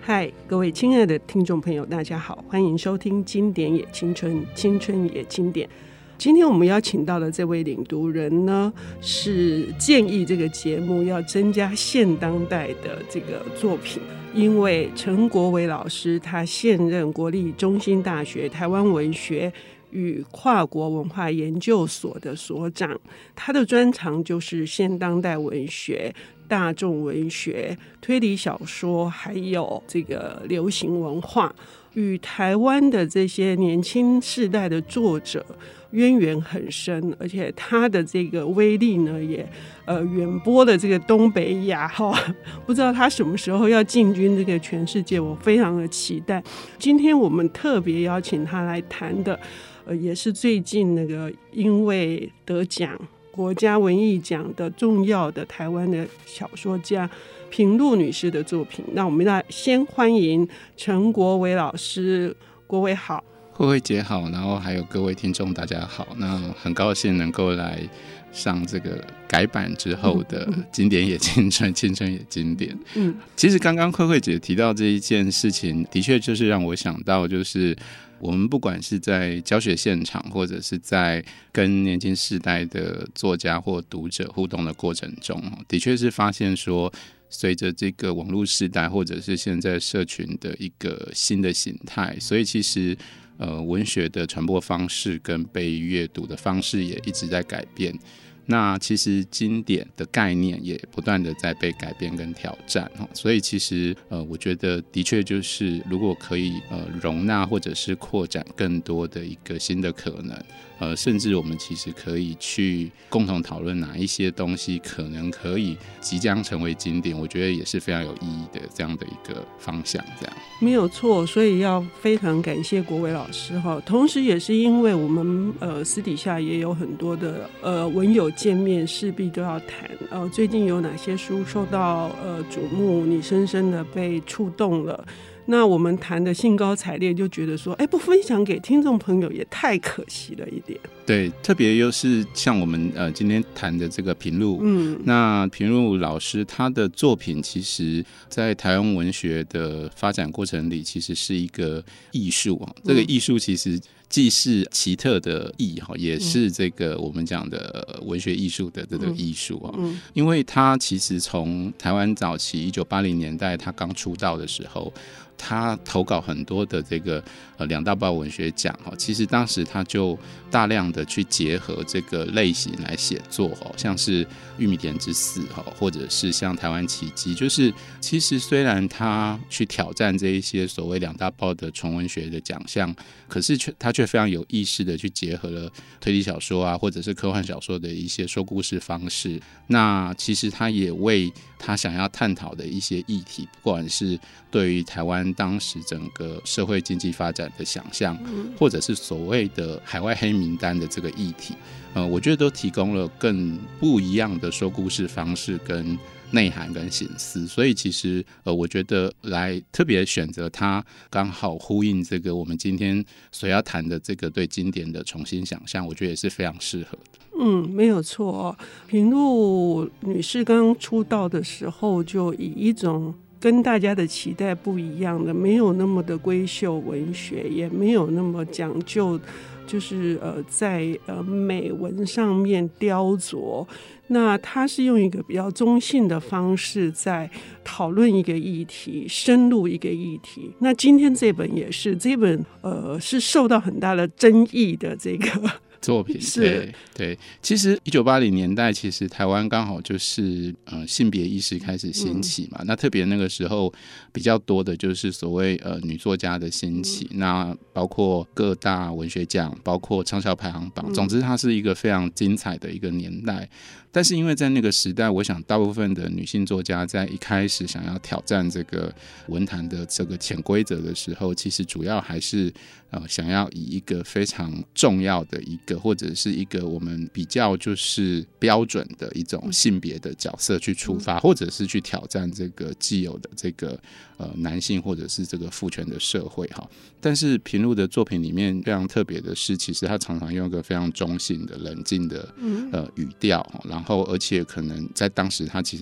嗨，各位亲爱的听众朋友，大家好，欢迎收听《经典也青春，青春也经典》。今天我们邀请到的这位领读人呢，是建议这个节目要增加现当代的这个作品，因为陈国维老师他现任国立中兴大学台湾文学与跨国文化研究所的所长，他的专长就是现当代文学、大众文学、推理小说，还有这个流行文化，与台湾的这些年轻世代的作者渊源很深，而且他的这个威力呢，也远播了这个东北亚不知道他什么时候要进军这个全世界，我非常的期待。今天我们特别邀请他来谈的，也是最近那个因为得奖国家文艺奖的重要的台湾的小说家平路女士的作品。那我们要先欢迎陈国维老师。国维好。 慧慧姐好，然后还有各位听众大家好，那很高兴能够来上这个改版之后的经典也青春，青春也经典。其实刚刚慧慧姐提到这一件事情，的确就是让我想到，就是我们不管是在教学现场，或者是在跟年轻世代的作家或读者互动的过程中，的确是发现说，随着这个网络时代，或者是现在社群的一个新的形态，所以其实文学的传播方式跟被阅读的方式也一直在改变。那其实经典的概念也不断的在被改变跟挑战，所以其实我觉得的确就是如果可以容纳或者是扩展更多的一个新的可能，甚至我们其实可以去共同讨论哪一些东西可能可以即将成为经典，我觉得也是非常有意义的这样的一个方向。这样没有错，所以要非常感谢国维老师，同时也是因为我们私底下也有很多的文友见面，势必都要谈最近有哪些书受到瞩目，你深深的被触动了。那我们谈的兴高采烈，就觉得说不分享给听众朋友也太可惜了一点。 对，特别又是像我们今天谈的这个平路，那平路老师他的作品其实在台湾文学的发展过程里其实是一个艺术，这个艺术其实既是奇特的艺，也是这个我们讲的文学艺术的这个艺术，因为他其实从台湾早期1980年代他刚出道的时候，他投稿很多的这个两大报文学奖，其实当时他就大量的去结合这个类型来写作，像是玉米田之死，或者是像台湾奇迹，就是其实虽然他去挑战这一些所谓两大报的纯文学的奖项，可是他却非常有意识的去结合了推理小说啊，或者是科幻小说的一些说故事方式。那其实他也为他想要探讨的一些议题，不管是对于台湾当时整个社会经济发展的想象，或者是所谓的海外黑名单的这个议题，我觉得都提供了更不一样的说故事方式跟内涵跟形思。所以其实我觉得来特别选择它，刚好呼应这个我们今天所要谈的这个对经典的重新想象，我觉得也是非常适合的。 没有错，平路女士刚出道的时候就以一种跟大家的期待不一样的，没有那么的闺秀文学，也没有那么讲究就是在美文上面雕琢，那他是用一个比较中性的方式在讨论一个议题，深入一个议题。那今天这本也是，这本是受到很大的争议的这个作品。 是， 对，其实1980年代其实台湾刚好就是性别意识开始兴起嘛，那特别那个时候比较多的就是所谓女作家的兴起，那包括各大文学奖，包括畅销排行榜，总之它是一个非常精彩的一个年代。但是因为在那个时代，我想大部分的女性作家在一开始想要挑战这个文坛的这个潜规则的时候，其实主要还是想要以一个非常重要的一个，或者是一个我们比较就是标准的一种性别的角色去出发，或者是去挑战这个既有的这个男性或者是这个父权的社会哈。但是平路的作品里面非常特别的是，其实他常常用一个非常中性的冷静的语调，然后而且可能在当时他其实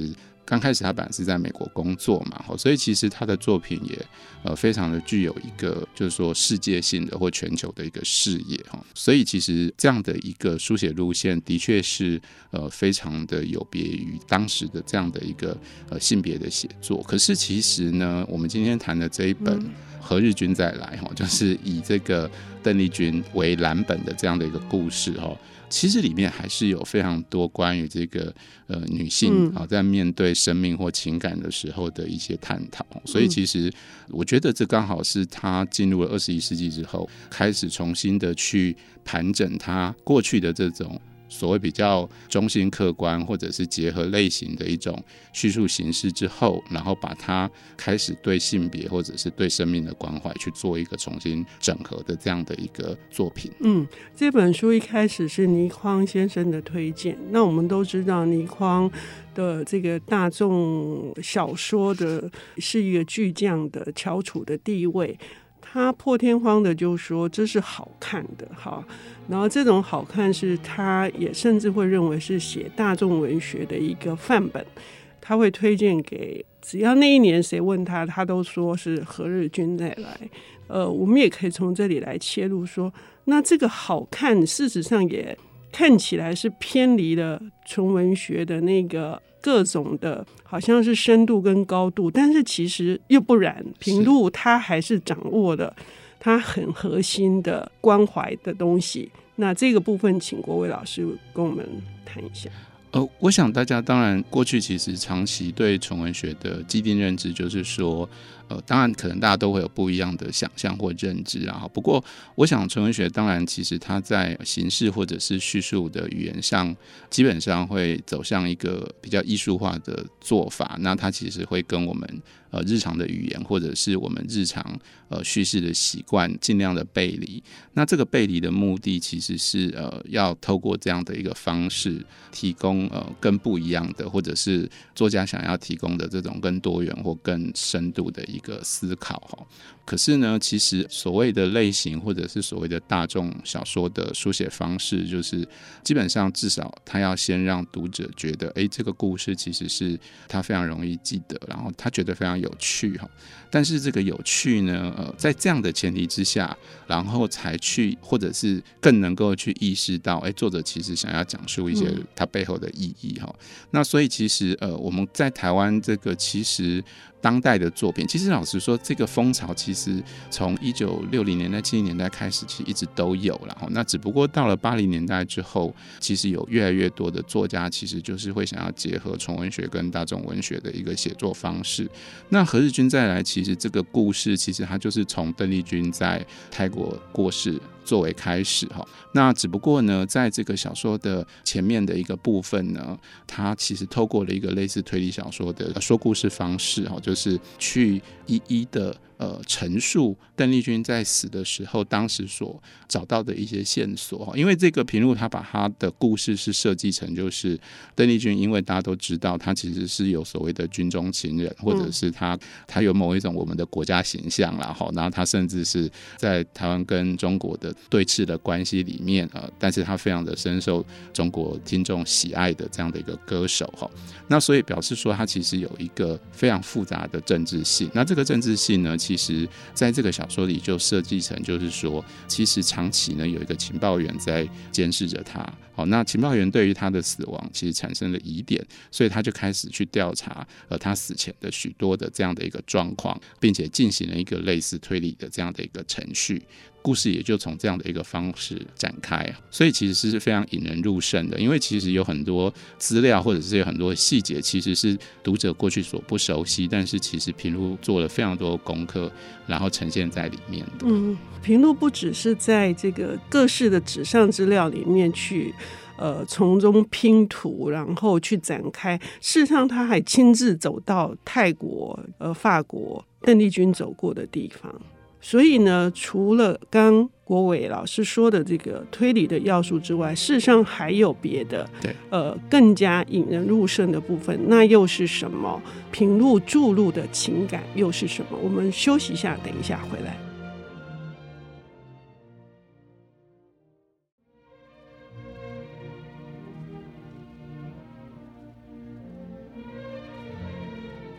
刚开始他本来是在美国工作嘛，所以其实他的作品也非常的具有一个就是说世界性的或全球的一个视野，所以其实这样的一个书写路线的确是非常的有别于当时的这样的一个性别的写作。可是其实呢，我们今天谈的这一本何日君再来，就是以这个邓丽君为蓝本的这样的一个故事，其实里面还是有非常多关于这个女性在面对生命或情感的时候的一些探讨。所以其实我觉得这刚好是她进入了21世纪之后，开始重新的去盘整她过去的这种所谓比较中心客观或者是结合类型的一种叙述形式之后，然后把它开始对性别或者是对生命的关怀去做一个重新整合的这样的一个作品。 这本书一开始是倪匡先生的推荐。那我们都知道倪匡的这个大众小说的是一个巨匠的翘楚的地位，他破天荒的就说这是好看的，然后这种好看是他也甚至会认为是写大众文学的一个范本，他会推荐给只要那一年谁问他，他都说是何日君再来。我们也可以从这里来切入说，那这个好看事实上也看起来是偏离了纯文学的那个各种的好像是深度跟高度，但是其实又不然，平路他还是掌握了他很核心的关怀的东西。那这个部分请国伟老师跟我们谈一下。 我想大家当然过去其实长期对纯文学的既定认知就是说当然可能大家都会有不一样的想象或认知啊。不过我想纯文学当然其实它在形式或者是叙述的语言上基本上会走向一个比较艺术化的做法，那它其实会跟我们日常的语言或者是我们日常叙事的习惯尽量的背离。那这个背离的目的其实是要透过这样的一个方式提供更不一样的，或者是作家想要提供的这种更多元或更深度的一个思考。可是呢，其实所谓的类型或者是所谓的大众小说的书写方式，就是基本上至少他要先让读者觉得这个故事其实是他非常容易记得，然后他觉得非常有趣。但是这个有趣呢在这样的前提之下，然后才去或者是更能够去意识到作者其实想要讲述一些他背后的意义。那所以其实我们在台湾这个其实当代的作品，其实老实说这个风潮其实从1960年代70年代开始其实一直都有了，那只不过到了80年代之后，其实有越来越多的作家其实就是会想要结合纯文学跟大众文学的一个写作方式。那何日君再来其实这个故事其实它就是从邓丽君在泰国过世作为开始。那只不过呢在这个小说的前面的一个部分呢，它其实透过了一个类似推理小说的说故事方式，就是去一一的陈述邓丽君在死的时候当时所找到的一些线索。因为这个平路他把他的故事是设计成就是邓丽君因为大家都知道他其实是有所谓的军中情人，或者是他有某一种我们的国家形象啦，然后他甚至是在台湾跟中国的对峙的关系里面但是他非常的深受中国听众喜爱的这样的一个歌手。那所以表示说他其实有一个非常复杂的政治性。那这个政治性呢其实在这个小说里就设计成就是说其实长期呢有一个情报员在监视着他。那情报员对于他的死亡其实产生了疑点，所以他就开始去调查他死前的许多的这样的一个状况，并且进行了一个类似推理的这样的一个程序。故事也就从这样的一个方式展开，所以其实是非常引人入胜的。因为其实有很多资料或者是有很多细节其实是读者过去所不熟悉，但是其实平路做了非常多功课然后呈现在里面的。 平路不只是在这个各式的纸上资料里面去从中拼图然后去展开，事实上他还亲自走到泰国法国邓丽君走过的地方。所以呢，除了刚国伟老师说的这个推理的要素之外，事实上还有别的更加引人入胜的部分。那又是什么？平路注入的情感又是什么？我们休息一下，等一下回来。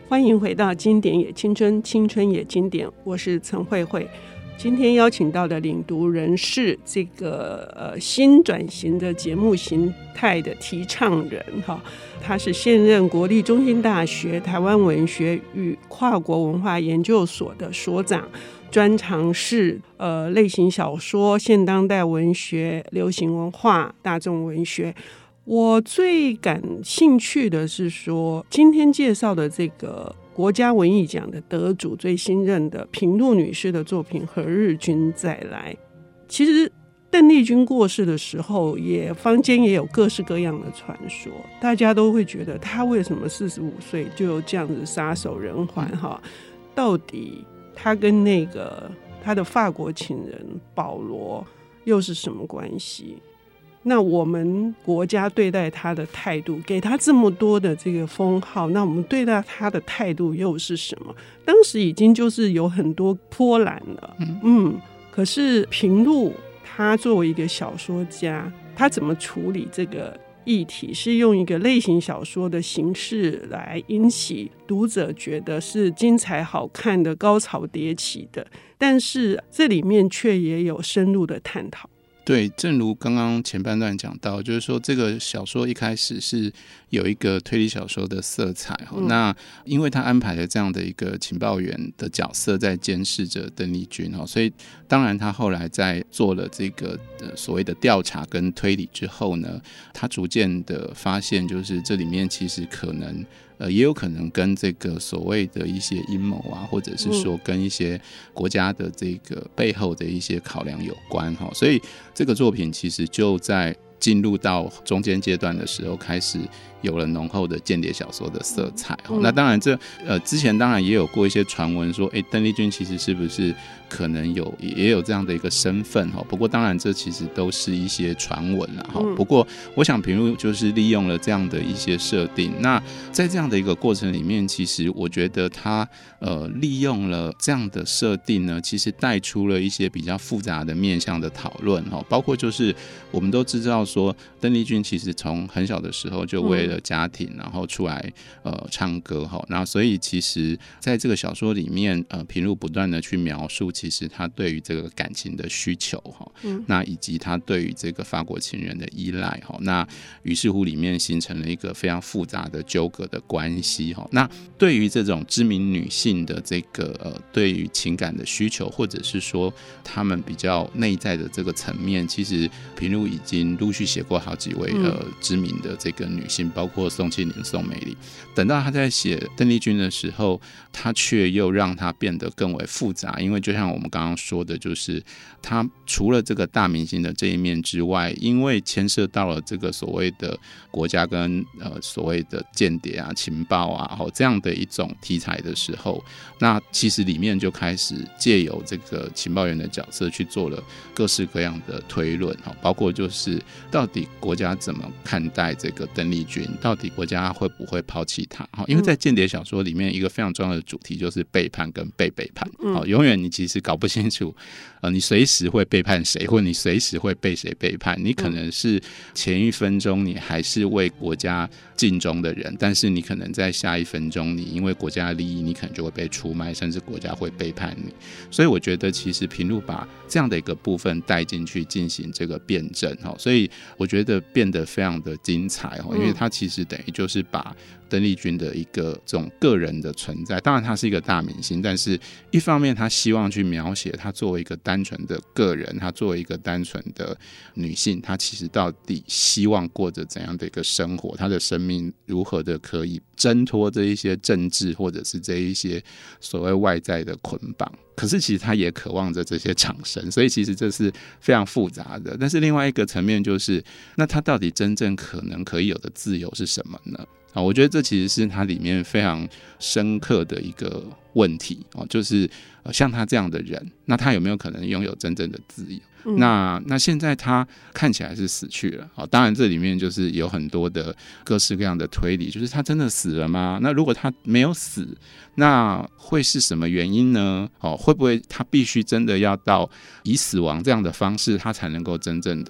欢迎回到经典也青春，青春也经典，我是陈慧慧。今天邀请到的领读人是这个新转型的节目形态的提倡人哈，他是现任国立中兴大学台湾文学与跨国文化研究所的所长，专长是类型小说、现当代文学、流行文化、大众文学。我最感兴趣的是说，今天介绍的这个国家文艺奖的得主最新任的平路女士的作品《何日君再来》。其实邓丽君过世的时候，坊间也有各式各样的传说，大家都会觉得她为什么45岁就这样子撒手人寰哈？到底她跟那个她的法国情人保罗又是什么关系？那我们国家对待他的态度，给他这么多的这个封号，那我们对待他的态度又是什么？当时已经就是有很多波澜了。可是平路他作为一个小说家，他怎么处理这个议题？是用一个类型小说的形式来引起读者觉得是精彩好看的、高潮迭起的，但是这里面却也有深入的探讨。 对，正如刚刚前半段讲到，就是说这个小说一开始是有一个推理小说的色彩，那因为他安排了这样的一个情报员的角色在监视着邓丽君，所以当然他后来在做了这个所谓的调查跟推理之后呢，他逐渐的发现，就是这里面其实可能也有可能跟这个所谓的一些阴谋啊，或者是说跟一些国家的这个背后的一些考量有关，所以这个作品其实就在进入到中间阶段的时候，开始有了浓厚的间谍小说的色彩。那当然之前当然也有过一些传闻说，邓丽君其实是不是可能也有这样的一个身份，不过当然这其实都是一些传闻啦。不过我想平路就是利用了这样的一些设定，那在这样的一个过程里面，其实我觉得他利用了这样的设定呢，其实带出了一些比较复杂的面向的讨论，包括就是我们都知道说邓丽君其实从很小的时候就为了家庭然后出来唱歌，然后所以其实在这个小说里面平路不断的去描述其实他对于这个感情的需求，那以及他对于这个法国情人的依赖，那于是乎里面形成了一个非常复杂的纠葛的关系。那对于这种知名女性的这个对于情感的需求，或者是说他们比较内在的这个层面，其实平路已经陆续写过好几位知名的这个女性，包括宋庆龄、宋美龄。等到他在写邓丽君的时候，他却又让它变得更为复杂，因为就像我们刚刚说的，就是他除了这个大明星的这一面之外，因为牵涉到了这个所谓的国家跟所谓的间谍啊、情报啊这样的一种题材的时候，那其实里面就开始借由这个情报员的角色去做了各式各样的推论，包括就是到底国家怎么看待这个邓丽君，到底国家会不会抛弃她，因为在间谍小说里面一个非常重要的主题就是背叛跟被背叛，永远你其实搞不清楚你随时会背叛谁，或你随时会被谁背叛。你可能是前一分钟你还是为国家尽忠的人，但是你可能在下一分钟你因为国家的利益你可能就会被出卖，甚至国家会背叛你。所以我觉得其实平路把这样的一个部分带进去进行这个辩证，所以我觉得变得非常的精彩，因为它其实等于就是把邓丽君的一个这种个人的存在，当然她是一个大明星，但是一方面她希望去描写她作为一个单纯的个人，她作为一个单纯的女性，她其实到底希望过着怎样的一个生活，她的生命如何的可以挣脱这一些政治或者是这一些所谓外在的捆绑，可是其实她也渴望着这些长生，所以其实这是非常复杂的。但是另外一个层面就是，那她到底真正可能可以有的自由是什么呢？我觉得这其实是它里面非常深刻的一个问题，就是像他这样的人，那他有没有可能拥有真正的自由？那现在他看起来是死去了，当然这里面就是有很多的各式各样的推理，就是他真的死了吗？那如果他没有死，那会是什么原因呢？会不会他必须真的要到以死亡这样的方式，他才能够真正的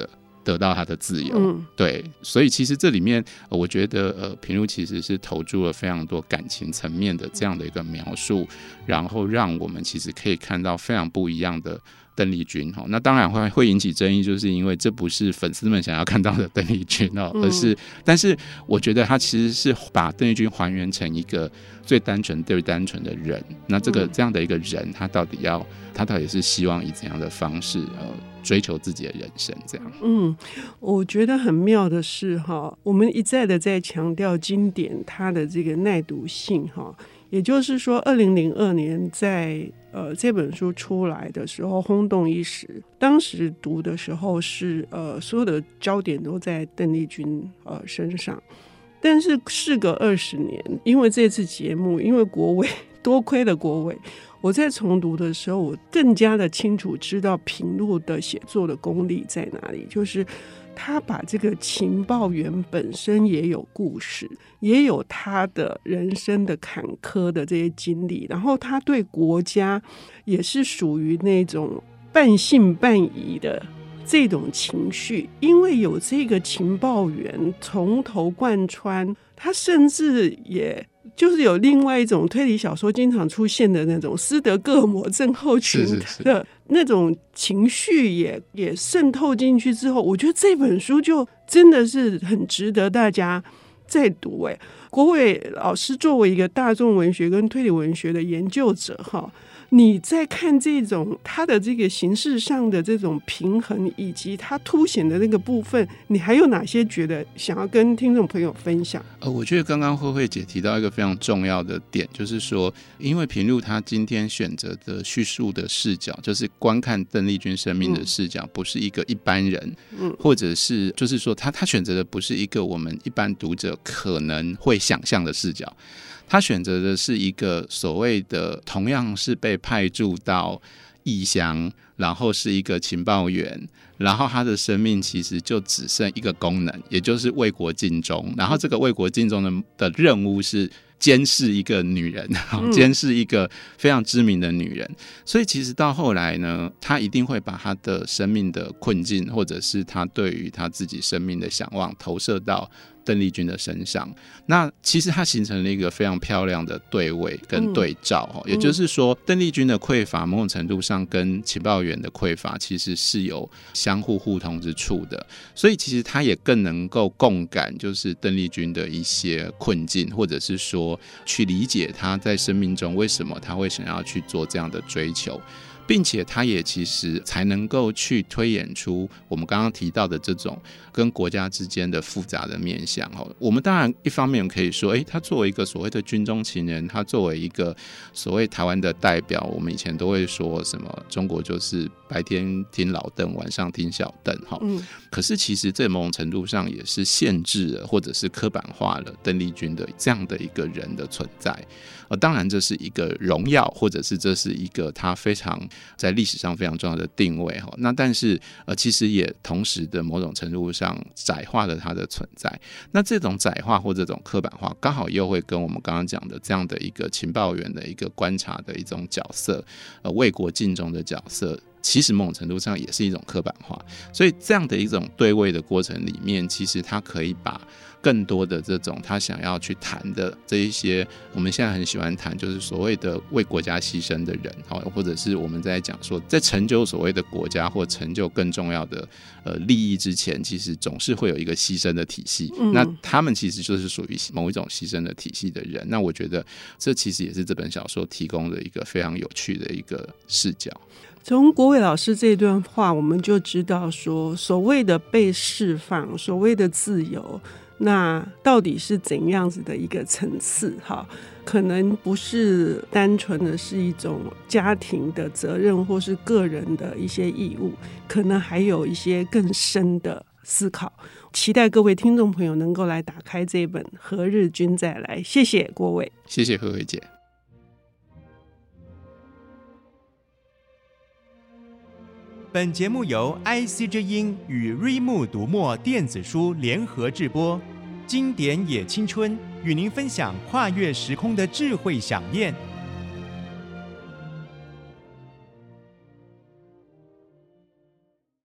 得到他的自由。对，所以其实这里面我觉得平路其实是投注了非常多感情层面的这样的一个描述，然后让我们其实可以看到非常不一样的邓丽君。那当然会引起争议，就是因为这不是粉丝们想要看到的邓丽君，而是但是我觉得他其实是把邓丽君还原成一个最单纯的人。那这样的一个人，他到底是希望以怎样的方式追求自己的人生这样。 我觉得很妙的是我们一再的在强调经典它的这个耐读性也就是说2002年在这本书出来的时候轰动一时，当时读的时候是所有的焦点都在邓丽君身上。但是事隔20年，因为这次节目，因为国伟，多亏了国伟，我在重读的时候我更加的清楚知道平路的写作的功力在哪里，就是他把这个情报员本身也有故事，也有他的人生的坎坷的这些经历，然后他对国家也是属于那种半信半疑的这种情绪，因为有这个情报员从头贯穿，他甚至也就是有另外一种推理小说经常出现的那种斯德哥尔摩症候群的那种情绪也渗透进去之后，我觉得这本书就真的是很值得大家再读。国伟老师作为一个大众文学跟推理文学的研究者你在看这种他的这个形式上的这种平衡，以及他凸显的那个部分，你还有哪些觉得想要跟听众朋友分享？ 我觉得刚刚慧慧姐提到一个非常重要的点，就是说因为平路他今天选择的叙述的视角，就是观看邓丽君生命的视角，不是一个一般人，或者是就是说他选择的不是一个我们一般读者可能会想象的视角，他选择的是一个所谓的同样是被派驻到异乡，然后是一个情报员，然后他的生命其实就只剩一个功能，也就是为国尽忠。然后这个为国尽忠 的任务是监视一个女人，监视一个非常知名的女人。所以其实到后来呢，他一定会把他的生命的困境，或者是他对于他自己生命的想望投射到邓丽君的身上。那其实它形成了一个非常漂亮的对位跟对照，也就是说邓丽君的匮乏某种程度上跟情报员的匮乏其实是有相互互通之处的，所以其实他也更能够共感就是邓丽君的一些困境，或者是说去理解他在生命中为什么他会想要去做这样的追求，并且他也其实才能够去推演出我们刚刚提到的这种跟国家之间的复杂的面向。我们当然一方面可以说他作为一个所谓的军中情人，他作为一个所谓台湾的代表，我们以前都会说什么中国就是白天听老邓，晚上听小邓。可是其实这某种程度上也是限制了或者是刻板化了邓丽君的这样的一个人的存在。当然这是一个荣耀，或者是这是一个他非常在历史上非常重要的定位。那但是其实也同时的某种程度上窄化了他的存在。那这种窄化或这种刻板化刚好又会跟我们刚刚讲的这样的一个情报员的一个观察的一种角色，为国尽忠的角色，其实某种程度上也是一种刻板化。所以这样的一种对位的过程里面，其实他可以把更多的这种他想要去谈的这一些我们现在很喜欢谈就是所谓的为国家牺牲的人，或者是我们在讲说在成就所谓的国家或成就更重要的利益之前，其实总是会有一个牺牲的体系。那他们其实就是属于某一种牺牲的体系的人。那我觉得这其实也是这本小说提供的一个非常有趣的一个视角。 从国伟老师这段话我们就知道说，所谓的被释放，所谓的自由，那到底是怎样子的一个层次？可能不是单纯的是一种家庭的责任或是个人的一些义务，可能还有一些更深的思考。期待各位听众朋友能够来打开这本《何日君再来》。谢谢国伟， 谢谢慧慧姐。 本节目由 IC 之音与瑞木读墨电子书联合制播，经典也青春与您分享跨越时空的智慧饗宴。